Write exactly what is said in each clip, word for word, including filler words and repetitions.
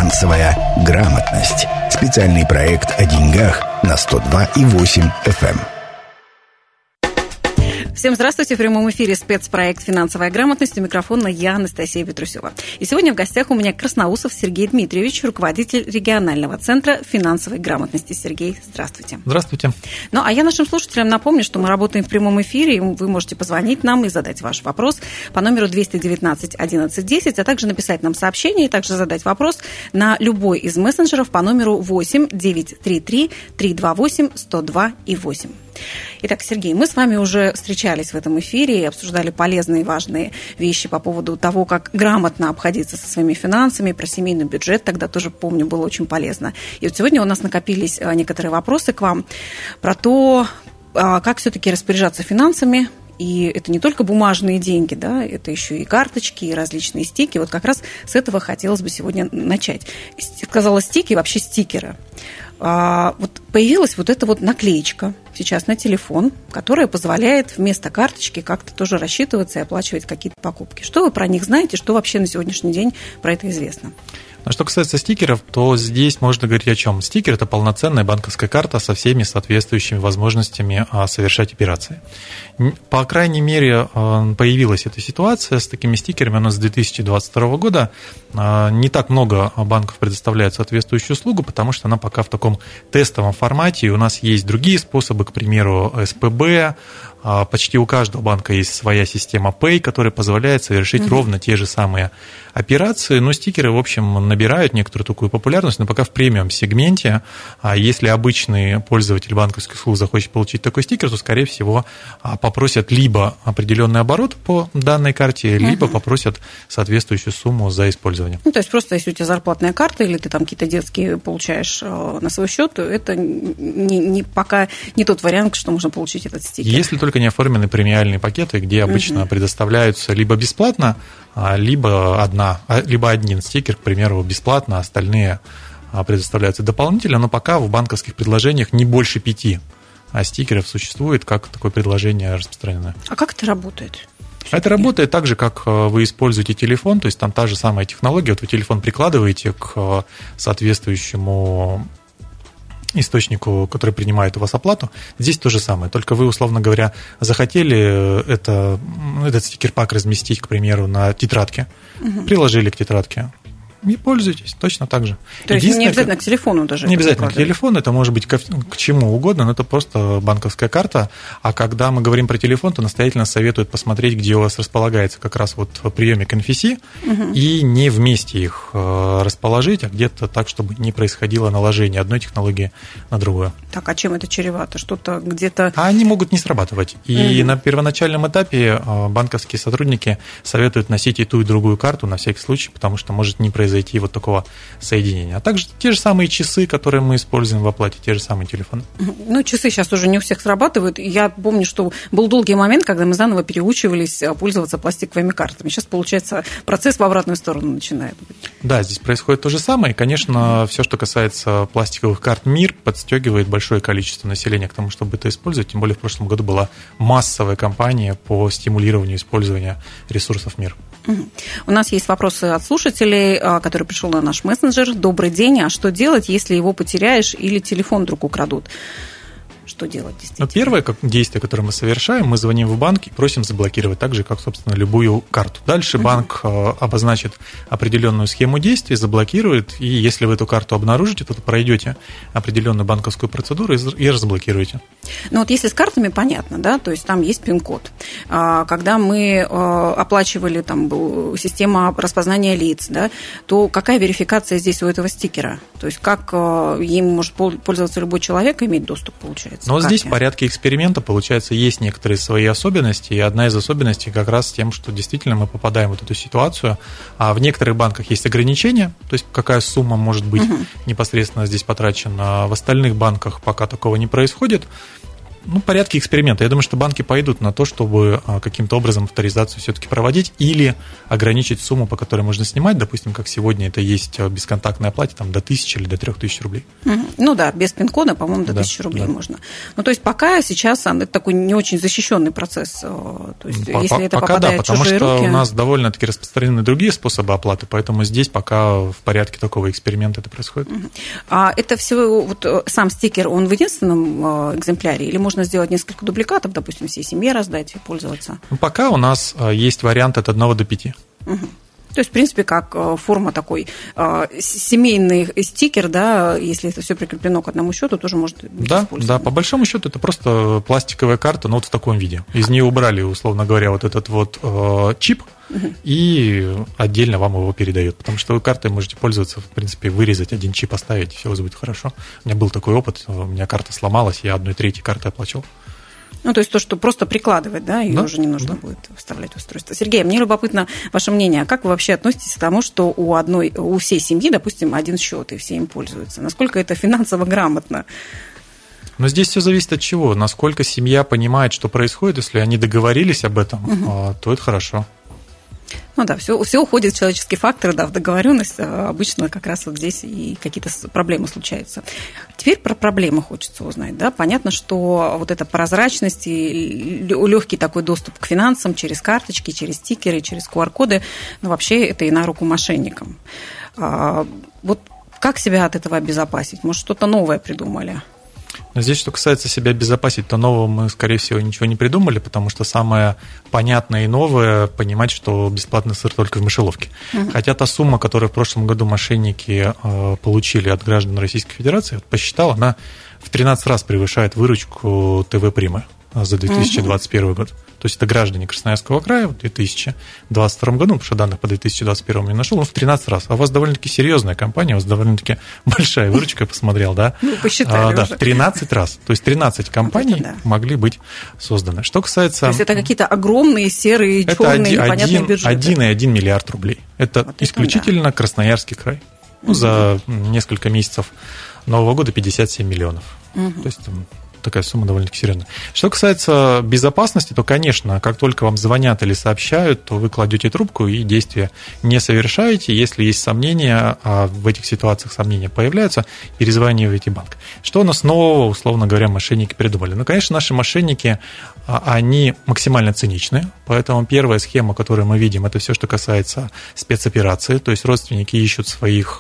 Финансовая грамотность. Специальный проект о деньгах на сто два и восемь эф эм. Всем здравствуйте. В прямом эфире спецпроект «Финансовая грамотность». У микрофона я, Анастасия Петрусева. И сегодня в гостях у меня Красноусов Сергей Дмитриевич, руководитель регионального центра финансовой грамотности. Сергей, здравствуйте. Здравствуйте. Ну, а я нашим слушателям напомню, что мы работаем в прямом эфире, и вы можете позвонить нам и задать ваш вопрос по номеру двести девятнадцать одиннадцать десять, а также написать нам сообщение и также задать вопрос на любой из мессенджеров по номеру восемь девятьсот тридцать три триста двадцать восемь сто два и восемь. Итак, Сергей, мы с вами уже встречались в этом эфире и обсуждали полезные и важные вещи по поводу того, как грамотно обходиться со своими финансами, про семейный бюджет, тогда тоже, помню, было очень полезно. И вот сегодня у нас накопились некоторые вопросы к вам про то, как все-таки распоряжаться финансами. И это не только бумажные деньги, да, это еще и карточки, и различные стики. Вот как раз с этого хотелось бы сегодня начать. Сказала стики, вообще стикеры. А, вот появилась вот эта вот наклеечка сейчас на телефон, которая позволяет вместо карточки как-то тоже рассчитываться и оплачивать какие-то покупки. Что вы про них знаете, что вообще на сегодняшний день про это известно? А что касается стикеров, то здесь можно говорить о чем? Стикер – это полноценная банковская карта со всеми соответствующими возможностями совершать операции. По крайней мере, появилась эта ситуация с такими стикерами у нас с две тысячи двадцать второго года. Не так много банков предоставляют соответствующую услугу, потому что она пока в таком тестовом формате. И у нас есть другие способы, к примеру, эс пэ бэ. Почти у каждого банка есть своя система Pay, которая позволяет совершить угу. ровно те же самые операции. Но стикеры, в общем, набирают некоторую такую популярность, но пока в премиум-сегменте. А если обычный пользователь банковских услуг захочет получить такой стикер, то, скорее всего, попросят либо определенный оборот по данной карте, угу. либо попросят соответствующую сумму за использование. Ну, то есть просто если у тебя зарплатная карта или ты там какие-то детские получаешь на свой счет, то это не, не, пока не тот вариант, что можно получить этот стикер. Если только не оформлены премиальные пакеты, где обычно угу. предоставляются либо бесплатно, либо одна, либо один стикер, к примеру, бесплатно, а остальные предоставляются дополнительно, но пока в банковских предложениях не больше пяти стикеров существует, как такое предложение распространено. А как это работает? Это работает так же, как вы используете телефон, то есть там та же самая технология, вот вы телефон прикладываете к соответствующему источнику, который принимает у вас оплату. Здесь то же самое, только вы, условно говоря, захотели это, этот стикер-пак разместить, к примеру, на тетрадке, угу. приложили к тетрадке и пользуйтесь точно так же. То есть не обязательно к телефону даже? Не обязательно к телефону, это может быть к, к чему угодно, но это просто банковская карта. А когда мы говорим про телефон, то настоятельно советуют посмотреть, где у вас располагается как раз вот приемник эн эф си, угу. и не вместе их расположить, а где-то так, чтобы не происходило наложение одной технологии на другую. Так, а чем это чревато? Что-то где-то... А они могут не срабатывать. И угу. на первоначальном этапе банковские сотрудники советуют носить и ту, и другую карту на всякий случай, потому что может не произойти вот такого соединения. А также те же самые часы, которые мы используем в оплате, те же самые телефоны. Ну, часы сейчас уже не у всех срабатывают. Я помню, что был долгий момент, когда мы заново переучивались пользоваться пластиковыми картами. Сейчас, получается, процесс в обратную сторону начинает быть. Да, здесь происходит то же самое. И, конечно, все, что касается пластиковых карт, мир подстегивает большое количество населения к тому, чтобы это использовать. Тем более в прошлом году была массовая кампания по стимулированию использования ресурсов мир. У нас есть вопросы от слушателей, который пришел на наш мессенджер. Добрый день, а что делать, если его потеряешь или телефон вдруг украдут? Что делать, действительно? Ну, первое действие, которое мы совершаем, мы звоним в банк и просим заблокировать, так же, как, собственно, любую карту. Дальше uh-huh. банк обозначит определенную схему действий, заблокирует, и если вы эту карту обнаружите, то пройдете определенную банковскую процедуру и разблокируете. Ну вот если с картами понятно, да, то есть там есть пин-код. Когда мы оплачивали, там была система распознания лиц, да, то какая верификация здесь у этого стикера? То есть как им может пользоваться любой человек и иметь доступ, получается? Но здесь в порядке эксперимента, получается, есть некоторые свои особенности, и одна из особенностей как раз тем, что действительно мы попадаем в вот эту ситуацию. А в некоторых банках есть ограничения, то есть какая сумма может быть угу. непосредственно здесь потрачена. В остальных банках пока такого не происходит. Ну, порядке эксперимента. Я думаю, что банки пойдут на то, чтобы каким-то образом авторизацию все-таки проводить или ограничить сумму, по которой можно снимать. Допустим, как сегодня это есть в бесконтактной оплате, там, до тысячи или до трех тысяч рублей. Ну да, без пин-кода, по-моему, до да, тысячи рублей да. можно. Ну, то есть пока сейчас это такой не очень защищенный процесс. То есть, по- если это пока попадает да, потому в чужие что руки... у нас довольно-таки распространены другие способы оплаты, поэтому здесь пока в порядке такого эксперимента это происходит. А это все, вот сам стикер, он в единственном экземпляре или можно сделать несколько дубликатов, допустим, всей семье раздать и пользоваться? Ну, пока у нас есть вариант от одного до пяти. Угу. То есть, в принципе, как форма такой семейный стикер, да, если это все прикреплено к одному счету, тоже может быть да, использовано. Да, по большому счету это просто пластиковая карта, но вот в таком виде. Из нее убрали, условно говоря, вот этот вот э, чип, угу. и отдельно вам его передают, потому что вы картой можете пользоваться, в принципе, вырезать один чип, оставить, и все у вас будет хорошо. У меня был такой опыт, у меня карта сломалась, я одной трети карты оплачивал. Ну, то есть то, что просто прикладывать, да, ее да, уже не нужно да. будет вставлять в устройство. Сергей, мне любопытно ваше мнение. Как вы вообще относитесь к тому, что у одной, у всей семьи, допустим, один счет, и все им пользуются? Насколько это финансово грамотно? Но здесь все зависит от чего. Насколько семья понимает, что происходит. Если они договорились об этом, угу. то это хорошо. Ну да, все, все уходит в человеческие факторы, да, в договоренность. Обычно как раз вот здесь и какие-то проблемы случаются. Теперь про проблемы хочется узнать. Да? Понятно, что вот эта прозрачность и легкий такой доступ к финансам через карточки, через стикеры, через ку ар-коды, ну, вообще это и на руку мошенникам. А, вот как себя от этого обезопасить? Может, что-то новое придумали? Но здесь, что касается себя обезопасить, то нового мы, скорее всего, ничего не придумали, потому что самое понятное и новое – понимать, что бесплатный сыр только в мышеловке. Uh-huh. Хотя та сумма, которую в прошлом году мошенники э, получили от граждан Российской Федерации, вот посчитал, она в тринадцать раз превышает выручку ТВ-примы за две тысячи двадцать первый uh-huh. год. То есть это граждане Красноярского края в две тысячи двадцать втором году, потому что данных по две тысячи двадцать первому не нашел, он в тринадцать раз. А у вас довольно-таки серьезная компания, у вас довольно-таки большая выручка, я посмотрел, да? Ну, посчитали а, да, уже. в тринадцать раз. То есть тринадцать компаний вот да. могли быть созданы. Что касается... То есть это какие-то огромные серые, это черные, один, непонятные один, бюджеты. один и один миллиард рублей. Это вот исключительно это, да. Красноярский край. Ну, угу. За несколько месяцев Нового года пятьдесят семь миллионов. Угу. То есть там... такая сумма довольно-таки серьезная. Что касается безопасности, то, конечно, как только вам звонят или сообщают, то вы кладете трубку и действия не совершаете. Если есть сомнения, а в этих ситуациях сомнения появляются, перезваниваете банк. Что у нас нового, условно говоря, мошенники придумали? Ну, конечно, наши мошенники, они максимально циничны, поэтому первая схема, которую мы видим, это все, что касается спецоперации, то есть родственники ищут своих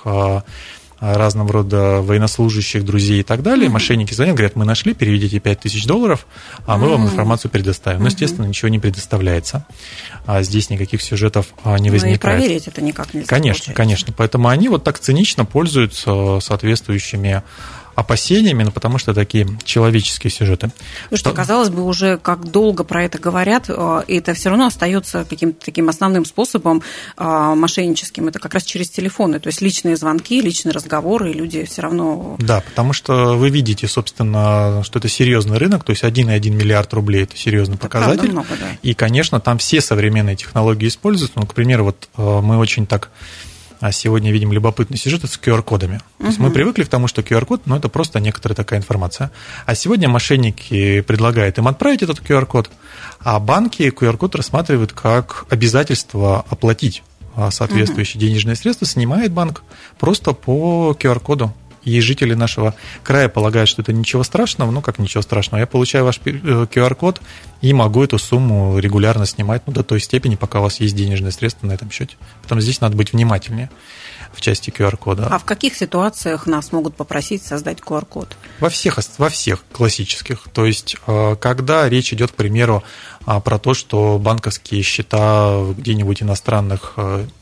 разного рода военнослужащих, друзей и так далее. Mm-hmm. Мошенники звонят, говорят, мы нашли, переведите пять тысяч долларов, а мы mm-hmm. вам информацию предоставим. Но, естественно, mm-hmm. ничего не предоставляется. А здесь никаких сюжетов не возникает. Ну и проверить это никак нельзя. Конечно, получается. конечно. Поэтому они вот так цинично пользуются соответствующими опасениями, но потому что такие человеческие сюжеты. Ну что, казалось бы, уже как долго про это говорят, и это все равно остается каким-то таким основным способом мошенническим. Это как раз через телефоны, то есть личные звонки, личные разговоры, и люди все равно... Да, потому что вы видите, собственно, что это серьезный рынок, то есть один и один миллиард рублей – это серьезный это показатель. Много, да. И, конечно, там все современные технологии используются. Ну, к примеру, вот мы очень так... А сегодня видим любопытный сюжет с ку ар-кодами. Uh-huh. То есть мы привыкли к тому, что ку ар-код, ну, это просто некоторая такая информация. А сегодня мошенники предлагают им отправить этот ку ар-код, а банки ку ар-код рассматривают как обязательство оплатить соответствующие uh-huh. денежные средства, снимает банк просто по ку ар-коду. И жители нашего края полагают, что это ничего страшного. Ну, как ничего страшного? Я получаю ваш ку ар-код и могу эту сумму регулярно снимать, ну, до той степени, пока у вас есть денежные средства на этом счете. Поэтому здесь надо быть внимательнее в части ку ар-кода. А в каких ситуациях нас могут попросить создать ку ар-код? Во всех, во всех классических. То есть, когда речь идет, к примеру, про то, что банковские счета где-нибудь иностранных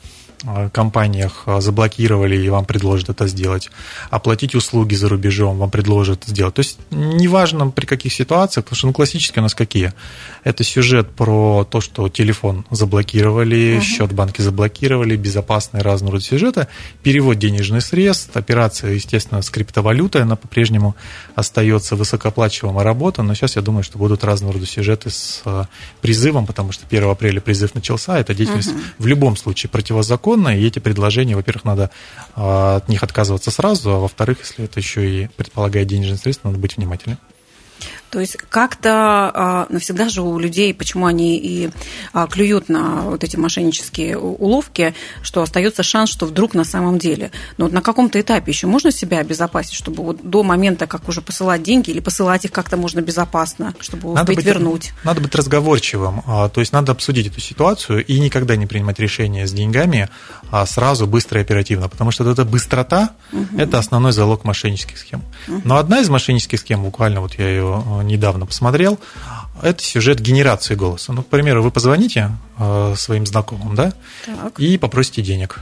компаниях заблокировали, и вам предложат это сделать, оплатить услуги за рубежом вам предложат сделать. То есть неважно при каких ситуациях, потому что ну, классические у нас какие? Это сюжет про то, что телефон заблокировали, uh-huh. счет банки заблокировали, безопасные разного рода сюжеты, перевод денежных средств, операция, естественно, с криптовалютой, она по-прежнему остается высокооплачиваемая работа, но сейчас я думаю, что будут разного рода сюжеты с призывом, потому что первого апреля призыв начался, эта деятельность uh-huh. в любом случае противозаконна, и эти предложения, во-первых, надо от них отказываться сразу, а во-вторых, если это еще и предполагает денежные средства, надо быть внимательным. То есть как-то навсегда же у людей, почему они и клюют на вот эти мошеннические уловки, что остается шанс, что вдруг на самом деле. Но вот на каком-то этапе еще можно себя обезопасить, чтобы вот до момента, как уже посылать деньги, или посылать их как-то можно безопасно, чтобы надо успеть быть, вернуть? Надо быть разговорчивым, то есть надо обсудить эту ситуацию и никогда не принимать решения с деньгами сразу, быстро и оперативно, потому что вот эта быстрота угу. – это основной залог мошеннических схем. Угу. Но одна из мошеннических схем, буквально вот я ее недавно посмотрел, это сюжет генерации голоса. Ну, к примеру, вы позвоните э, своим знакомым, да, так. и попросите денег.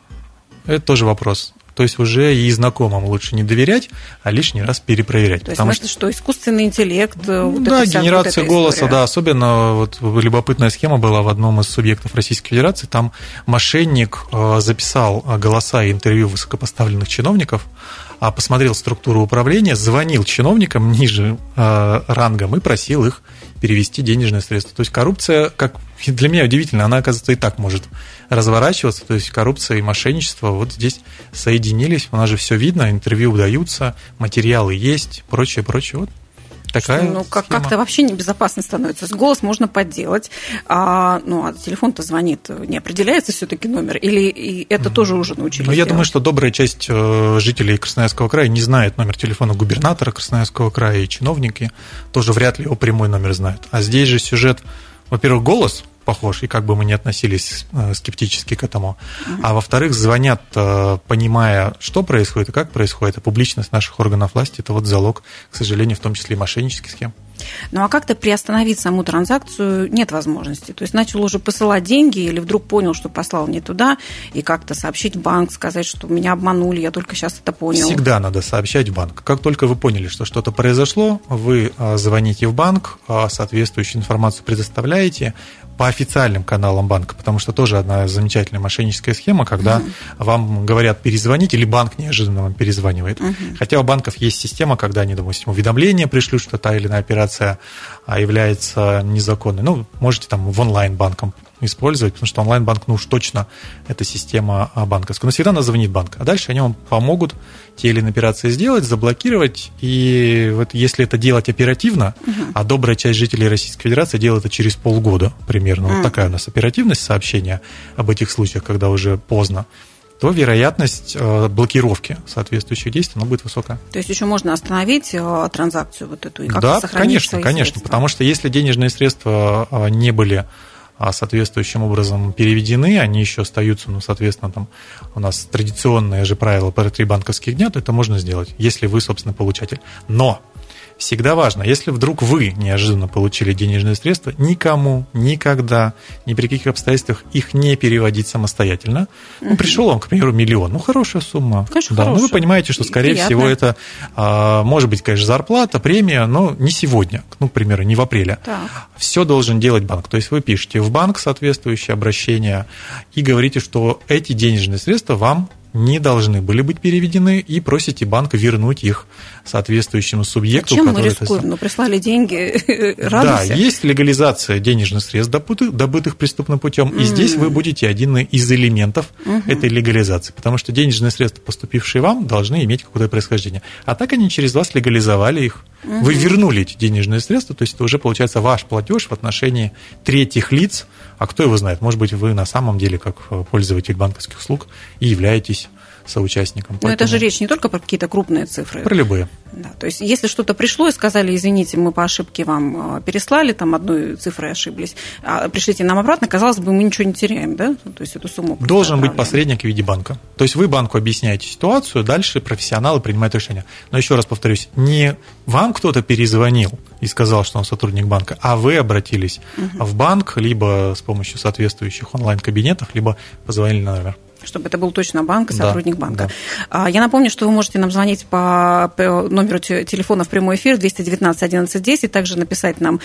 Это тоже вопрос. То есть уже и знакомым лучше не доверять, а лишний раз перепроверять. То есть, может, что... что искусственный интеллект? Вот да, вся, генерация вот голоса, история. да, особенно вот любопытная схема была в одном из субъектов Российской Федерации. Там мошенник записал голоса и интервью высокопоставленных чиновников, а посмотрел структуру управления, звонил чиновникам ниже э, рангом и просил их перевести денежные средства. То есть коррупция, как для меня удивительно, она, оказывается, и так может разворачиваться. То есть коррупция и мошенничество вот здесь соединились. У нас же все видно, интервью удаются, материалы есть, прочее, прочее. Вот. Такая ну, как- как-то вообще небезопасно становится. Голос можно подделать, а, ну, а телефон-то звонит, не определяется все-таки номер, или и это тоже уже научились? Ну, я делать? думаю, что добрая часть жителей Красноярского края не знает номер телефона губернатора Красноярского края, и чиновники тоже вряд ли его прямой номер знают. А здесь же сюжет, во-первых, голос похож, и как бы мы ни относились скептически к этому. Mm-hmm. А во-вторых, звонят, понимая, что происходит и как происходит, а публичность наших органов власти – это вот залог, к сожалению, в том числе и мошеннических схем. Ну, а как-то приостановить саму транзакцию нет возможности. То есть начал уже посылать деньги или вдруг понял, что послал не туда, и как-то сообщить в банк, сказать, что меня обманули, я только сейчас это понял. Всегда надо сообщать в банк. Как только вы поняли, что что-то произошло, вы звоните в банк, соответствующую информацию предоставляете по официальным каналам банка, потому что тоже одна замечательная мошенническая схема, когда uh-huh. вам говорят перезвонить, или банк неожиданно вам перезванивает. Uh-huh. Хотя у банков есть система, когда они, допустим, уведомления пришлют, что та или иная операция является незаконной. Ну, можете там в онлайн-банком использовать, потому что онлайн-банк, ну уж точно, это система банковская. Но всегда надо звонить банк, а дальше они вам помогут те или иные операции сделать, заблокировать, и вот если это делать оперативно, uh-huh. а добрая часть жителей Российской Федерации делает это через полгода примерно, uh-huh. вот такая у нас оперативность сообщения об этих случаях, когда уже поздно, то вероятность блокировки соответствующих действий она будет высокая. То есть еще можно остановить транзакцию вот эту и как-то да, сохранить конечно, свои конечно, средства? Потому что если денежные средства не были соответствующим образом переведены, они еще остаются, ну, соответственно, там у нас традиционные же правила про три банковских дня, то это можно сделать, если вы, собственно, получатель. Но всегда важно, если вдруг вы неожиданно получили денежные средства, никому, никогда, ни при каких обстоятельствах их не переводить самостоятельно. Ну, пришел вам, к примеру, миллион. Ну, хорошая сумма. Конечно, да, хорошая. Ну, вы понимаете, что, скорее Приятно. всего, это а, может быть, конечно, зарплата, премия, но не сегодня, ну, к примеру, не в апреле. Так. Все должен делать банк. То есть вы пишете в банк соответствующее обращение и говорите, что эти денежные средства вам не должны были быть переведены, и просите банк вернуть их соответствующему субъекту. А чем мы рискуем? Ну, прислали деньги, радуйся. Да, есть легализация денежных средств, добытых, добытых преступным путем, mm-hmm. и здесь вы будете один из элементов mm-hmm. этой легализации, потому что денежные средства, поступившие вам, должны иметь какое-то происхождение. А так они через вас легализовали их. Mm-hmm. Вы вернули эти денежные средства, то есть это уже получается ваш платеж в отношении третьих лиц, а кто его знает, может быть, вы на самом деле, как пользователь банковских услуг, и являетесь соучастником. Но Поэтому... это же речь не только про какие-то крупные цифры. Про любые. Да, то есть, если что-то пришло и сказали, извините, мы по ошибке вам переслали, там одной цифрой ошиблись, а пришлите нам обратно, казалось бы, мы ничего не теряем, да? То есть, эту сумму должен быть посредник в виде банка. То есть, вы банку объясняете ситуацию, дальше профессионалы принимают решение. Но еще раз повторюсь, не вам кто-то перезвонил и сказал, что он сотрудник банка, а вы обратились угу. в банк, либо с помощью соответствующих онлайн-кабинетов, либо позвонили на номер. Чтобы это был точно банк и сотрудник да, банка. Да. Я напомню, что вы можете нам звонить по номеру телефона в прямой эфир двести девятнадцать одиннадцать десять, также написать нам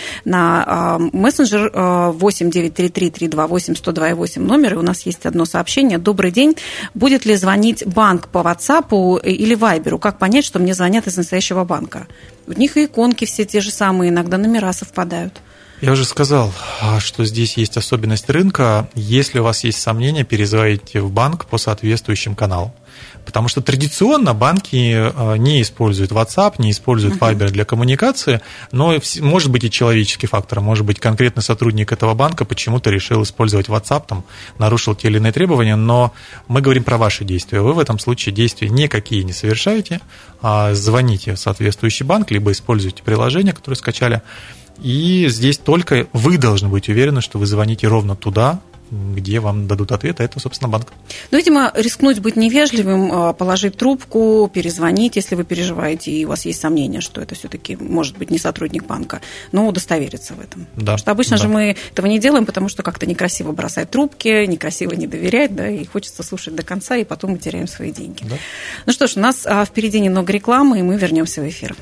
на мессенджер восемь девятьсот тридцать три триста двадцать восемь сто два восемь номер, и у нас есть одно сообщение. Добрый день. Будет ли звонить банк по WhatsApp или Вайберу? Как понять, что мне звонят из настоящего банка? У них и иконки все те же самые, иногда номера совпадают. Я уже сказал, что здесь есть особенность рынка. Если у вас есть сомнения, перезвоните в банк по соответствующим каналам. Потому что традиционно банки не используют WhatsApp, не используют Viber для коммуникации, но может быть и человеческий фактор, может быть конкретный сотрудник этого банка почему-то решил использовать WhatsApp, там, нарушил те или иные требования, но мы говорим про ваши действия. Вы в этом случае действия никакие не совершаете, а звоните в соответствующий банк, либо используйте приложение, которое скачали, и здесь только вы должны быть уверены, что вы звоните ровно туда, где вам дадут ответ, а это, собственно, банк. Ну, видимо, рискнуть быть невежливым, положить трубку, перезвонить, если вы переживаете, и у вас есть сомнения, что это все-таки может быть не сотрудник банка, но удостовериться в этом. Да, потому что обычно да. же мы этого не делаем, потому что как-то некрасиво бросать трубки, некрасиво не доверять, да, и хочется слушать до конца, и потом мы теряем свои деньги. Да. Ну что ж, у нас впереди немного рекламы, и мы вернемся в эфир.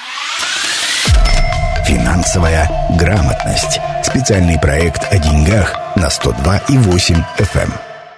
Финансовая грамотность. Специальный проект о деньгах на сто два и восемь эф эм.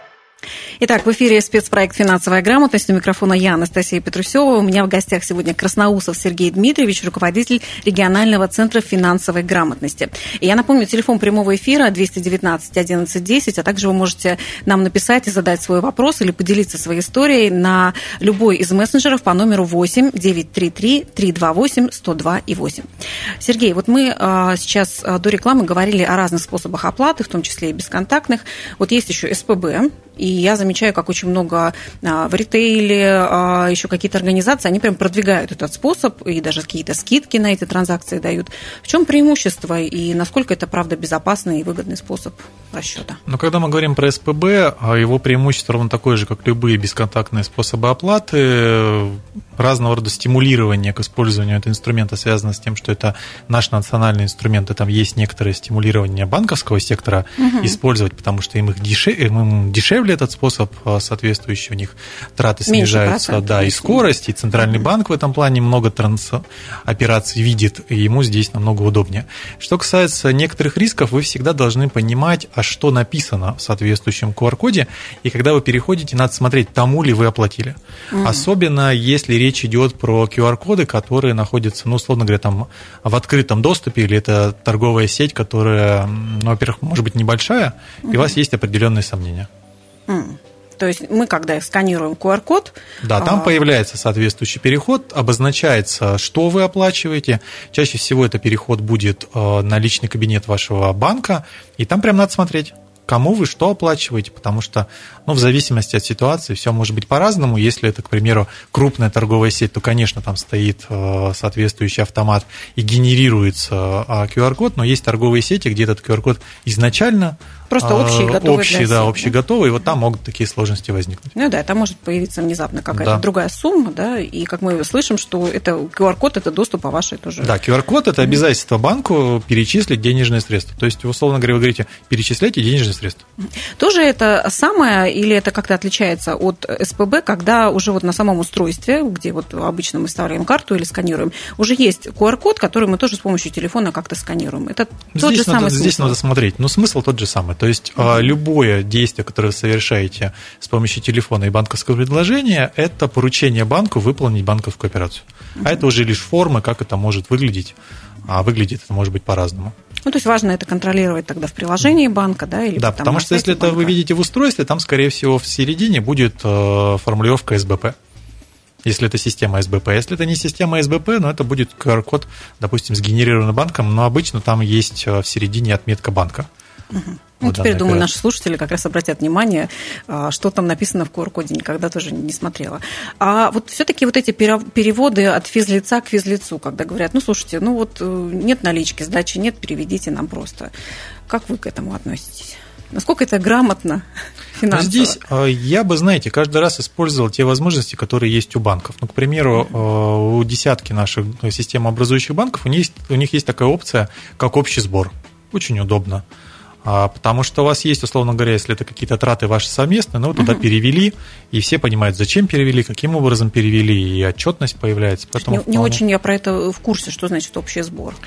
Итак, в эфире спецпроект «Финансовая грамотность». У микрофона я, Анастасия Петрусева. У меня в гостях сегодня Красноусов Сергей Дмитриевич, руководитель регионального центра финансовой грамотности. И я напомню, телефон прямого эфира двести девятнадцать одиннадцать десять, а также вы можете нам написать и задать свой вопрос или поделиться своей историей на любой из мессенджеров по номеру восемь девятьсот тридцать три триста двадцать восемь сто два и восемь. Сергей, вот мы сейчас до рекламы говорили о разных способах оплаты, в том числе и бесконтактных. Вот есть еще эс пэ бэ, и я замечаю, как очень много в ритейле, еще какие-то организации, они прям продвигают этот способ, и даже какие-то скидки на эти транзакции дают. В чем преимущество и насколько это, правда, безопасный и выгодный способ расчета? Но когда мы говорим про эс пэ бэ, его преимущество ровно такое же, как любые бесконтактные способы оплаты. Разного рода стимулирование к использованию этого инструмента связано с тем, что это наш национальный инструмент, и там есть некоторое стимулирование банковского сектора угу. использовать, потому что им, их дешевле, им дешевле этот способ, соответствующие у них траты снижаются, да, и скорость, и Центральный угу. банк в этом плане много транс-операций видит, и ему здесь намного удобнее. Что касается некоторых рисков, вы всегда должны понимать, а что написано в соответствующем ку ар-коде, и когда вы переходите, надо смотреть, тому ли вы оплатили. Угу. Особенно если речь Речь идет про ку ар-коды, которые находятся, ну, условно говоря, там в открытом доступе, или это торговая сеть, которая, ну, во-первых, может быть небольшая, и у вас есть определенные сомнения. Mm. То есть мы, когда сканируем ку ар-код... Да, там а... появляется соответствующий переход, обозначается, что вы оплачиваете. Чаще всего это переход будет на личный кабинет вашего банка, и там прям надо смотреть, кому вы что оплачиваете, потому что, ну, в зависимости от ситуации все может быть по-разному. Если это, к примеру, крупная торговая сеть, то, конечно, там стоит соответствующий автомат и генерируется ку ар-код, но есть торговые сети, где этот ку ар-код изначально просто общий, готовый общий, для всех, да, общий, да? готовый, и вот там могут такие сложности возникнуть. Ну да, там может появиться внезапно какая-то да. другая сумма, да, и как мы слышим, что это ку ар-код, это доступ по вашей тоже. Да, ку ар-код – это обязательство банку перечислить денежные средства. То есть, условно говоря, вы говорите, перечисляйте денежные средства. Тоже это самое, или это как-то отличается от эс пэ бэ, когда уже вот на самом устройстве, где вот обычно мы вставляем карту или сканируем, уже есть ку ар-код, который мы тоже с помощью телефона как-то сканируем. Это здесь тот же надо, самый смысл. Здесь надо смотреть, но смысл тот же самый. То есть, mm-hmm. любое действие, которое вы совершаете с помощью телефона и банковского предложения, это поручение банку выполнить банковскую операцию. Mm-hmm. А это уже лишь форма, как это может выглядеть. А выглядит это может быть по-разному. Ну, то есть важно это контролировать тогда в приложении банка, да? Или да, потому что если банка. Это вы видите в устройстве, там, скорее всего, в середине будет э, формулировка эс бэ пэ. Если это система эс бэ пэ. Если это не система эс бэ пэ, ну, это будет ку ар-код, допустим, сгенерированный банком, но обычно там есть в середине отметка банка. Угу. Ну, теперь, думаю, операции. Наши слушатели как раз обратят внимание, что там написано в ку ар-коде, никогда тоже не смотрела. А вот все-таки вот эти переводы от физлица к физлицу, когда говорят, ну, слушайте, ну вот нет налички, сдачи нет, переведите нам просто. Как вы к этому относитесь? Насколько это грамотно финансово? Здесь я бы, знаете, каждый раз использовал те возможности, которые есть у банков. Ну, к примеру, у десятки наших системообразующих банков, у них есть, у них есть такая опция, как общий сбор. Очень удобно. Потому что у вас есть, условно говоря, если это какие-то траты ваши совместные, ну, вы туда uh-huh. перевели, и все понимают, зачем перевели, каким образом перевели, и отчетность появляется. Поэтому не, вполне... не очень я про это в курсе, что значит общий сбор.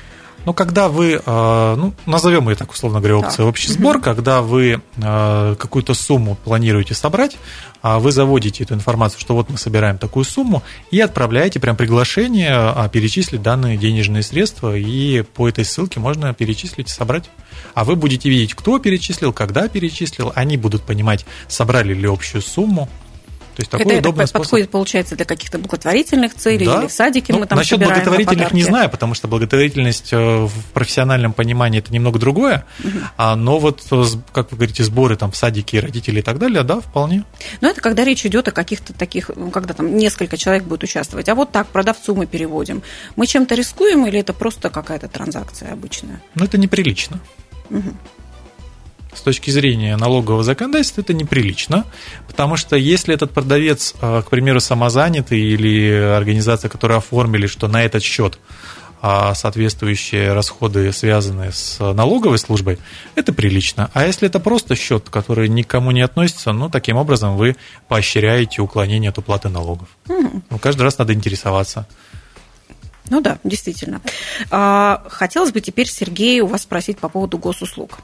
Но когда вы, ну, назовем ее так, условно говоря, опция общий сбор, когда вы какую-то сумму планируете собрать, вы заводите эту информацию, что вот мы собираем такую сумму, и отправляете прям приглашение перечислить данные денежные средства, и по этой ссылке можно перечислить и собрать. А вы будете видеть, кто перечислил, когда перечислил, они будут понимать, собрали ли общую сумму. То есть такой это удобный это способ. Подходит, получается, для каких-то благотворительных целей, да? Или в садике ну, мы там насчет собираем благотворительных на не знаю, потому что благотворительность в профессиональном понимании это немного другое, угу. а, но вот, как вы говорите, сборы там в садике, родители и так далее, да, вполне. Но это когда речь идет о каких-то таких, когда там несколько человек будет участвовать, а вот так продавцу мы переводим. Мы чем-то рискуем или это просто какая-то транзакция обычная? Ну, это неприлично. Угу. С точки зрения налогового законодательства это неприлично, потому что если этот продавец, к примеру, самозанятый или организация, которая оформили, что на этот счет соответствующие расходы связаны с налоговой службой, это прилично. А если это просто счет, который никому не относится, ну, таким образом вы поощряете уклонение от уплаты налогов. Угу. Ну, каждый раз надо интересоваться. Ну да, действительно. Хотелось бы теперь, Сергей, у вас спросить по поводу госуслуг.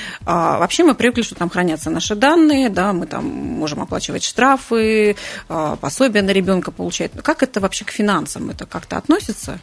Вообще мы привыкли, что там хранятся наши данные, да, мы там можем оплачивать штрафы, пособия на ребенка получать. Как это вообще к финансам? Это как-то относится?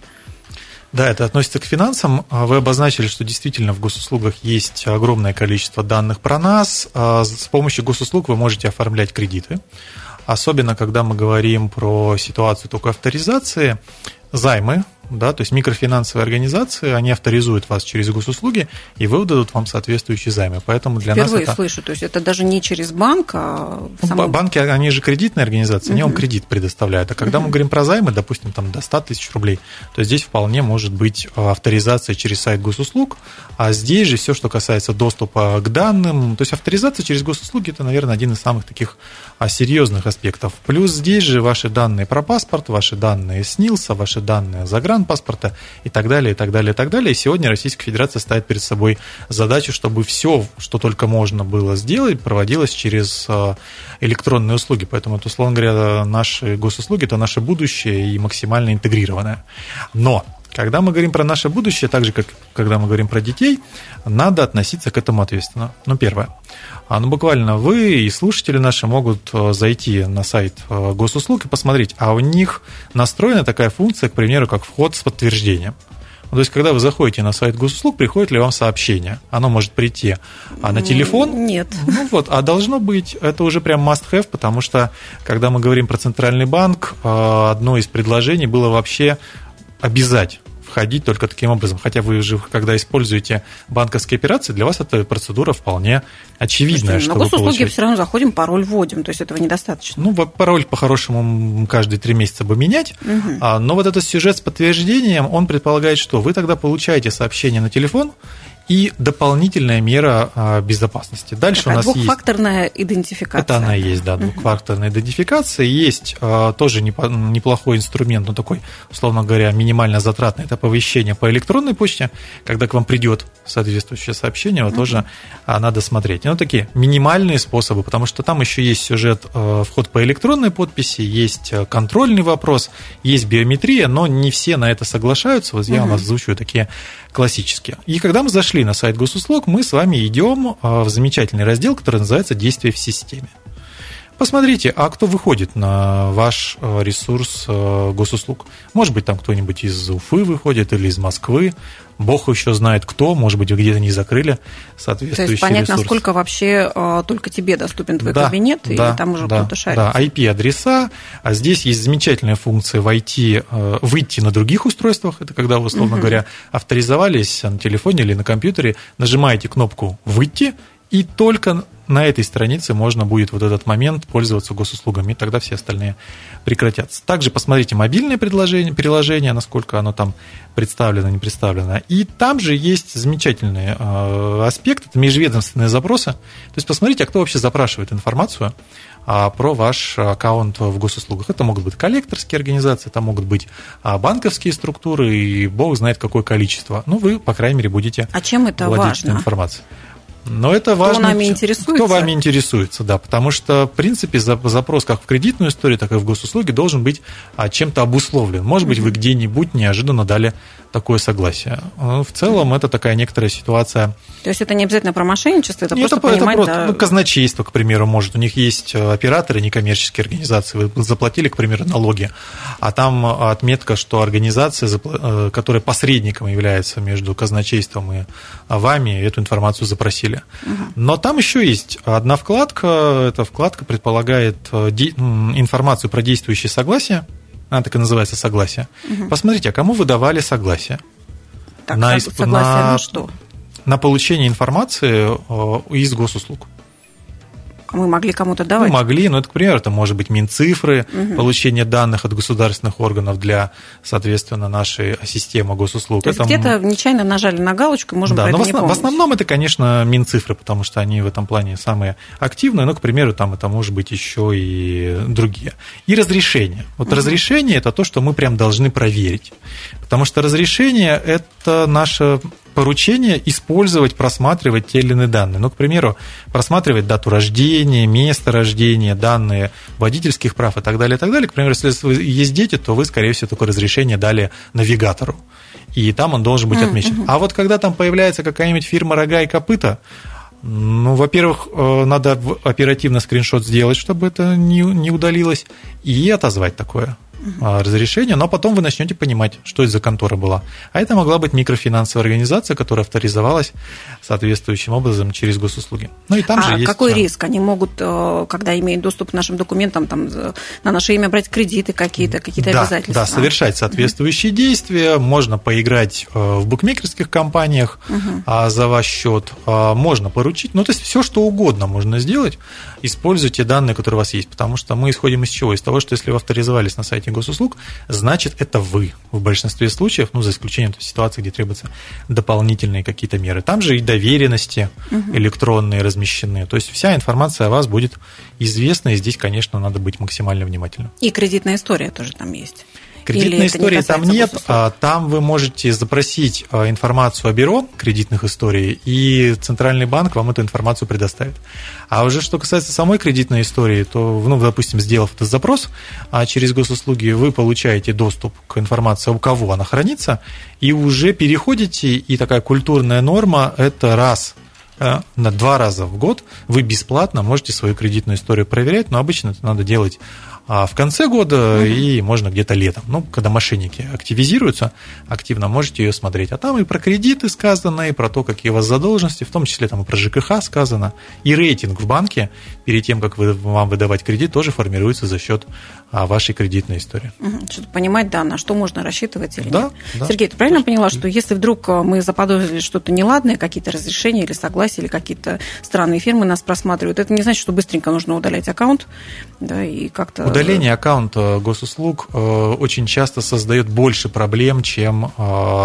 Да, это относится к финансам. Вы обозначили, что действительно в госуслугах есть огромное количество данных про нас. С помощью госуслуг вы можете оформлять кредиты. Особенно, когда мы говорим про ситуацию только авторизации, займы, да, то есть микрофинансовые организации, они авторизуют вас через госуслуги и выдадут вам соответствующие займы. Поэтому для Впервые нас это... слышу, то есть это даже не через банк, а... Самом... Банки, они же кредитные организации, угу. они вам кредит предоставляют. А когда угу. мы говорим про займы, допустим, там до ста тысяч рублей, то здесь вполне может быть авторизация через сайт госуслуг, а здесь же все, что касается доступа к данным, то есть авторизация через госуслуги, это, наверное, один из самых таких серьезных аспектов. Плюс здесь же ваши данные про паспорт, ваши данные СНИЛСа, ваши данные загранпаспорта и так далее, и так далее, и так далее. И сегодня Российская Федерация ставит перед собой задачу, чтобы все, что только можно было сделать, проводилось через электронные услуги. Поэтому, это, условно говоря, наши госуслуги – это наше будущее и максимально интегрированное. Но когда мы говорим про наше будущее, так же, как когда мы говорим про детей, надо относиться к этому ответственно. Ну, первое. Ну, буквально вы и слушатели наши могут зайти на сайт госуслуг и посмотреть, а у них настроена такая функция, к примеру, как вход с подтверждением. То есть, когда вы заходите на сайт госуслуг, приходит ли вам сообщение? Оно может прийти а на телефон? Нет. Ну вот, а должно быть, это уже прям must-have, потому что, когда мы говорим про Центральный банк, одно из предложений было вообще обязать входить только таким образом. Хотя вы же, когда используете банковские операции, для вас эта процедура вполне очевидная. Слушайте, на госуслуги все равно заходим, пароль вводим, то есть этого недостаточно. Ну, пароль по-хорошему каждые три месяца бы менять, угу. но вот этот сюжет с подтверждением, он предполагает, что вы тогда получаете сообщение на телефон, и дополнительная мера безопасности. Дальше Такая у нас двухфакторная есть... идентификация. Это она и есть, да, двухфакторная uh-huh. идентификация. Есть а, тоже неплохой инструмент, ну такой, условно говоря, минимально затратный, это оповещение по электронной почте, когда к вам придет соответствующее сообщение, его uh-huh. тоже а, надо смотреть. Ну, такие минимальные способы, потому что там еще есть сюжет, а, вход по электронной подписи, есть контрольный вопрос, есть биометрия, но не все на это соглашаются. Вот я uh-huh. вам озвучиваю такие классические. И когда мы зашли на сайт госуслуг, мы с вами идем в замечательный раздел, который называется «Действия в системе». Посмотрите, а кто выходит на ваш ресурс госуслуг? Может быть, там кто-нибудь из Уфы выходит или из Москвы. Бог еще знает кто, может быть, где-то не закрыли соответствующий ресурс. То есть понять, ресурс. Насколько вообще а, только тебе доступен твой да, кабинет, да, или там уже да, кто-то шарится. Да, ай пи-адреса. А здесь есть замечательная функция войти, выйти на других устройствах. Это когда вы, условно угу. говоря, авторизовались на телефоне или на компьютере, нажимаете кнопку «Выйти», и только на этой странице можно будет вот этот момент пользоваться госуслугами, и тогда все остальные прекратятся. Также посмотрите мобильное приложение, приложение, насколько оно там представлено, не представлено. И там же есть замечательный э, аспект, это межведомственные запросы. То есть посмотрите, а кто вообще запрашивает информацию а, про ваш аккаунт в госуслугах. Это могут быть коллекторские организации, это могут быть а, банковские структуры, и бог знает какое количество. Ну, вы, по крайней мере, будете а чем это владеть важно? этой информацией. Но это важно. Кто нами интересуется? Кто вами интересуется, да, потому что, в принципе, запрос как в кредитную историю, так и в госуслуги должен быть чем-то обусловлен. Может быть, вы где-нибудь неожиданно дали такое согласие. В целом, это такая некоторая ситуация. То есть это не обязательно про мошенничество, это Нет, просто это, понимать... Это просто, да... ну, казначейство, к примеру, может. У них есть операторы, некоммерческие организации. Вы заплатили, к примеру, налоги, а там отметка, что организация, которая посредником является между казначейством и вами, эту информацию запросили. Угу. Но там еще есть одна вкладка. Эта вкладка предполагает информацию про действующее согласие. Она так и называется согласие. Угу. Посмотрите, а кому вы давали согласие? Так, на, согласие на, на что? На получение информации из госуслуг. Мы могли кому-то давать? Мы могли, но это, к примеру, это может быть Минцифры, угу. получение данных от государственных органов для, соответственно, нашей системы госуслуг. То есть это... где-то нечаянно нажали на галочку, и можем да, про это но не в, основ... помнить. в основном это, конечно, Минцифры, потому что они в этом плане самые активные, но, к примеру, там это может быть еще и другие. И разрешение. Вот угу. разрешение – это то, что мы прям должны проверить, потому что разрешение – это наше поручение использовать, просматривать те или иные данные. Ну, к примеру, просматривать дату рождения, место рождения, данные водительских прав и так далее, и так далее. К примеру, если есть дети, то вы, скорее всего, такое разрешение дали навигатору, и там он должен быть отмечен. Mm-hmm. А вот когда там появляется какая-нибудь фирма «Рога и копыта», ну, во-первых, надо оперативно скриншот сделать, чтобы это не, не удалилось, и отозвать такое разрешение, но потом вы начнете понимать, что это за контора была. А это могла быть микрофинансовая организация, которая авторизовалась соответствующим образом через госуслуги. Ну, и там а же есть... какой риск? Они могут, когда имеют доступ к нашим документам, там, на наше имя брать кредиты какие-то, какие-то да, обязательства? Да, совершать соответствующие mm-hmm. действия. Можно поиграть в букмекерских компаниях mm-hmm. за ваш счет. Можно поручить. Ну, то есть все, что угодно можно сделать. Используйте данные, которые у вас есть. Потому что мы исходим из чего? Из того, что если вы авторизовались на сайте госуслуг, значит, это вы в большинстве случаев, ну, за исключением той ситуации, где требуются дополнительные какие-то меры. Там же и доверенности угу. электронные размещены. То есть вся информация о вас будет известна, и здесь, конечно, надо быть максимально внимательным. И кредитная история тоже там есть. Кредитной истории не там нет, госуслуг? Там вы можете запросить информацию о бюро кредитных историй, и Центральный банк вам эту информацию предоставит. А уже что касается самой кредитной истории, то, ну, допустим, сделав этот запрос через госуслуги, вы получаете доступ к информации, у кого она хранится, и уже переходите, и такая культурная норма – это раз на два раза в год вы бесплатно можете свою кредитную историю проверять, но обычно это надо делать в конце года угу. и можно где-то летом. Ну, когда мошенники активизируются, активно можете ее смотреть. А там и про кредиты сказано, и про то, какие у вас задолженности, в том числе там и про ЖКХ сказано. И рейтинг в банке перед тем, как вы, вам выдавать кредит, тоже формируется за счет вашей кредитной истории. Угу. Чтобы понимать, да, на что можно рассчитывать или да, нет. Да. Сергей, ты правильно поняла, что если вдруг мы заподозрили что-то неладное, какие-то разрешения или согласия, или какие-то странные фирмы нас просматривают, это не значит, что быстренько нужно удалять аккаунт, да, и как-то... Удаление аккаунта госуслуг очень часто создает больше проблем, чем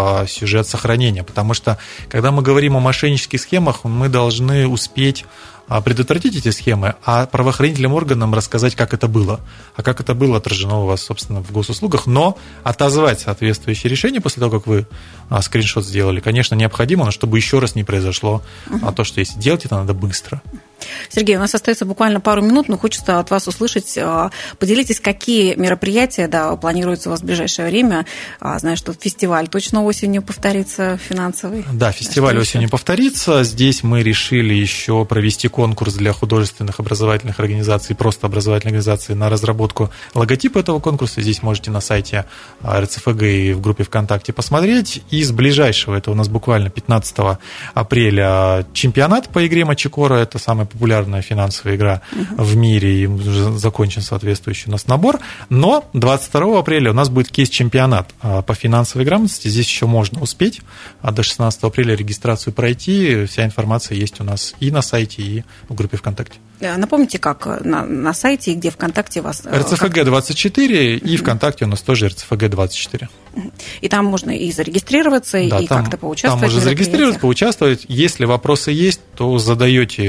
сюжет сохранения, потому что, когда мы говорим о мошеннических схемах, мы должны успеть предотвратить эти схемы, а правоохранительным органам рассказать, как это было. А как это было отражено у вас, собственно, в госуслугах. Но отозвать соответствующее решение после того, как вы скриншот сделали, конечно, необходимо, но чтобы еще раз не произошло uh-huh. то, что если делать, это надо быстро. Сергей, у нас остается буквально пару минут, но хочется от вас услышать. Поделитесь, какие мероприятия, да, планируются у вас в ближайшее время. Знаю, что фестиваль точно осенью повторится финансовый. Да, фестиваль что осенью еще? повторится. Здесь мы решили еще провести конкурс для художественных образовательных организаций, просто образовательных организаций на разработку логотипа этого конкурса. Здесь можете на сайте эр цэ эф гэ и в группе ВКонтакте посмотреть. Из ближайшего, это у нас буквально пятнадцатого апреля, чемпионат по игре Мачикора. Это самая популярная финансовая игра uh-huh. в мире, и уже закончен соответствующий у нас набор. Но двадцать второго апреля у нас будет кейс-чемпионат по финансовой грамотности. Здесь еще можно успеть до шестнадцатого апреля регистрацию пройти. Вся информация есть у нас и на сайте, и в группе ВКонтакте. Напомните, как на, на сайте и где ВКонтакте у вас? эр цэ эф гэ двадцать четыре, и ВКонтакте у нас тоже эр цэ эф гэ двадцать четыре. И там можно и зарегистрироваться, да, и там, как-то поучаствовать. Там можно зарегистрироваться, поучаствовать. Если вопросы есть, то задаете, соответственно,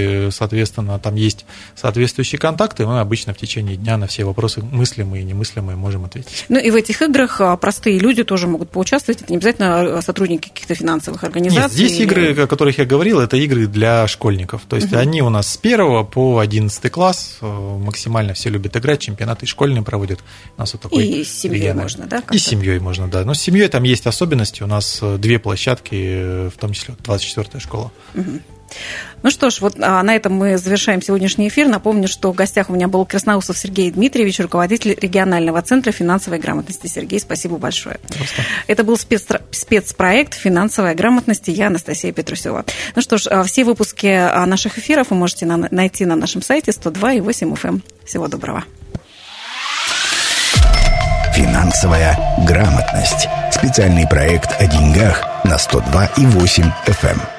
соответственно, там есть соответствующие контакты, мы обычно в течение дня на все вопросы мыслимые и немыслимые можем ответить. Ну и в этих играх простые люди тоже могут поучаствовать, это не обязательно сотрудники каких-то финансовых организаций? Нет, здесь или... игры, о которых я говорил, это игры для школьников, то есть угу. они у нас с первого по одиннадцатый класс, максимально все любят играть, чемпионаты школьные проводят. У нас вот такой и с семьей региональный. Можно, да? И с семьей можно, да. Но с семьей там есть особенности, у нас две площадки, в том числе двадцать четвёртая школа. Угу. Ну что ж, вот а, на этом мы завершаем сегодняшний эфир. Напомню, что в гостях у меня был Красноусов Сергей Дмитриевич, руководитель регионального центра финансовой грамотности. Сергей, спасибо большое. Просто. Это был спец... спецпроект «Финансовая грамотность». Я Анастасия Петрусева. Ну что ж, все выпуски наших эфиров вы можете на... найти на нашем сайте сто два и восемь эф эм. Всего доброго. «Финансовая грамотность». Специальный проект о деньгах на сто два и восемь эф эм.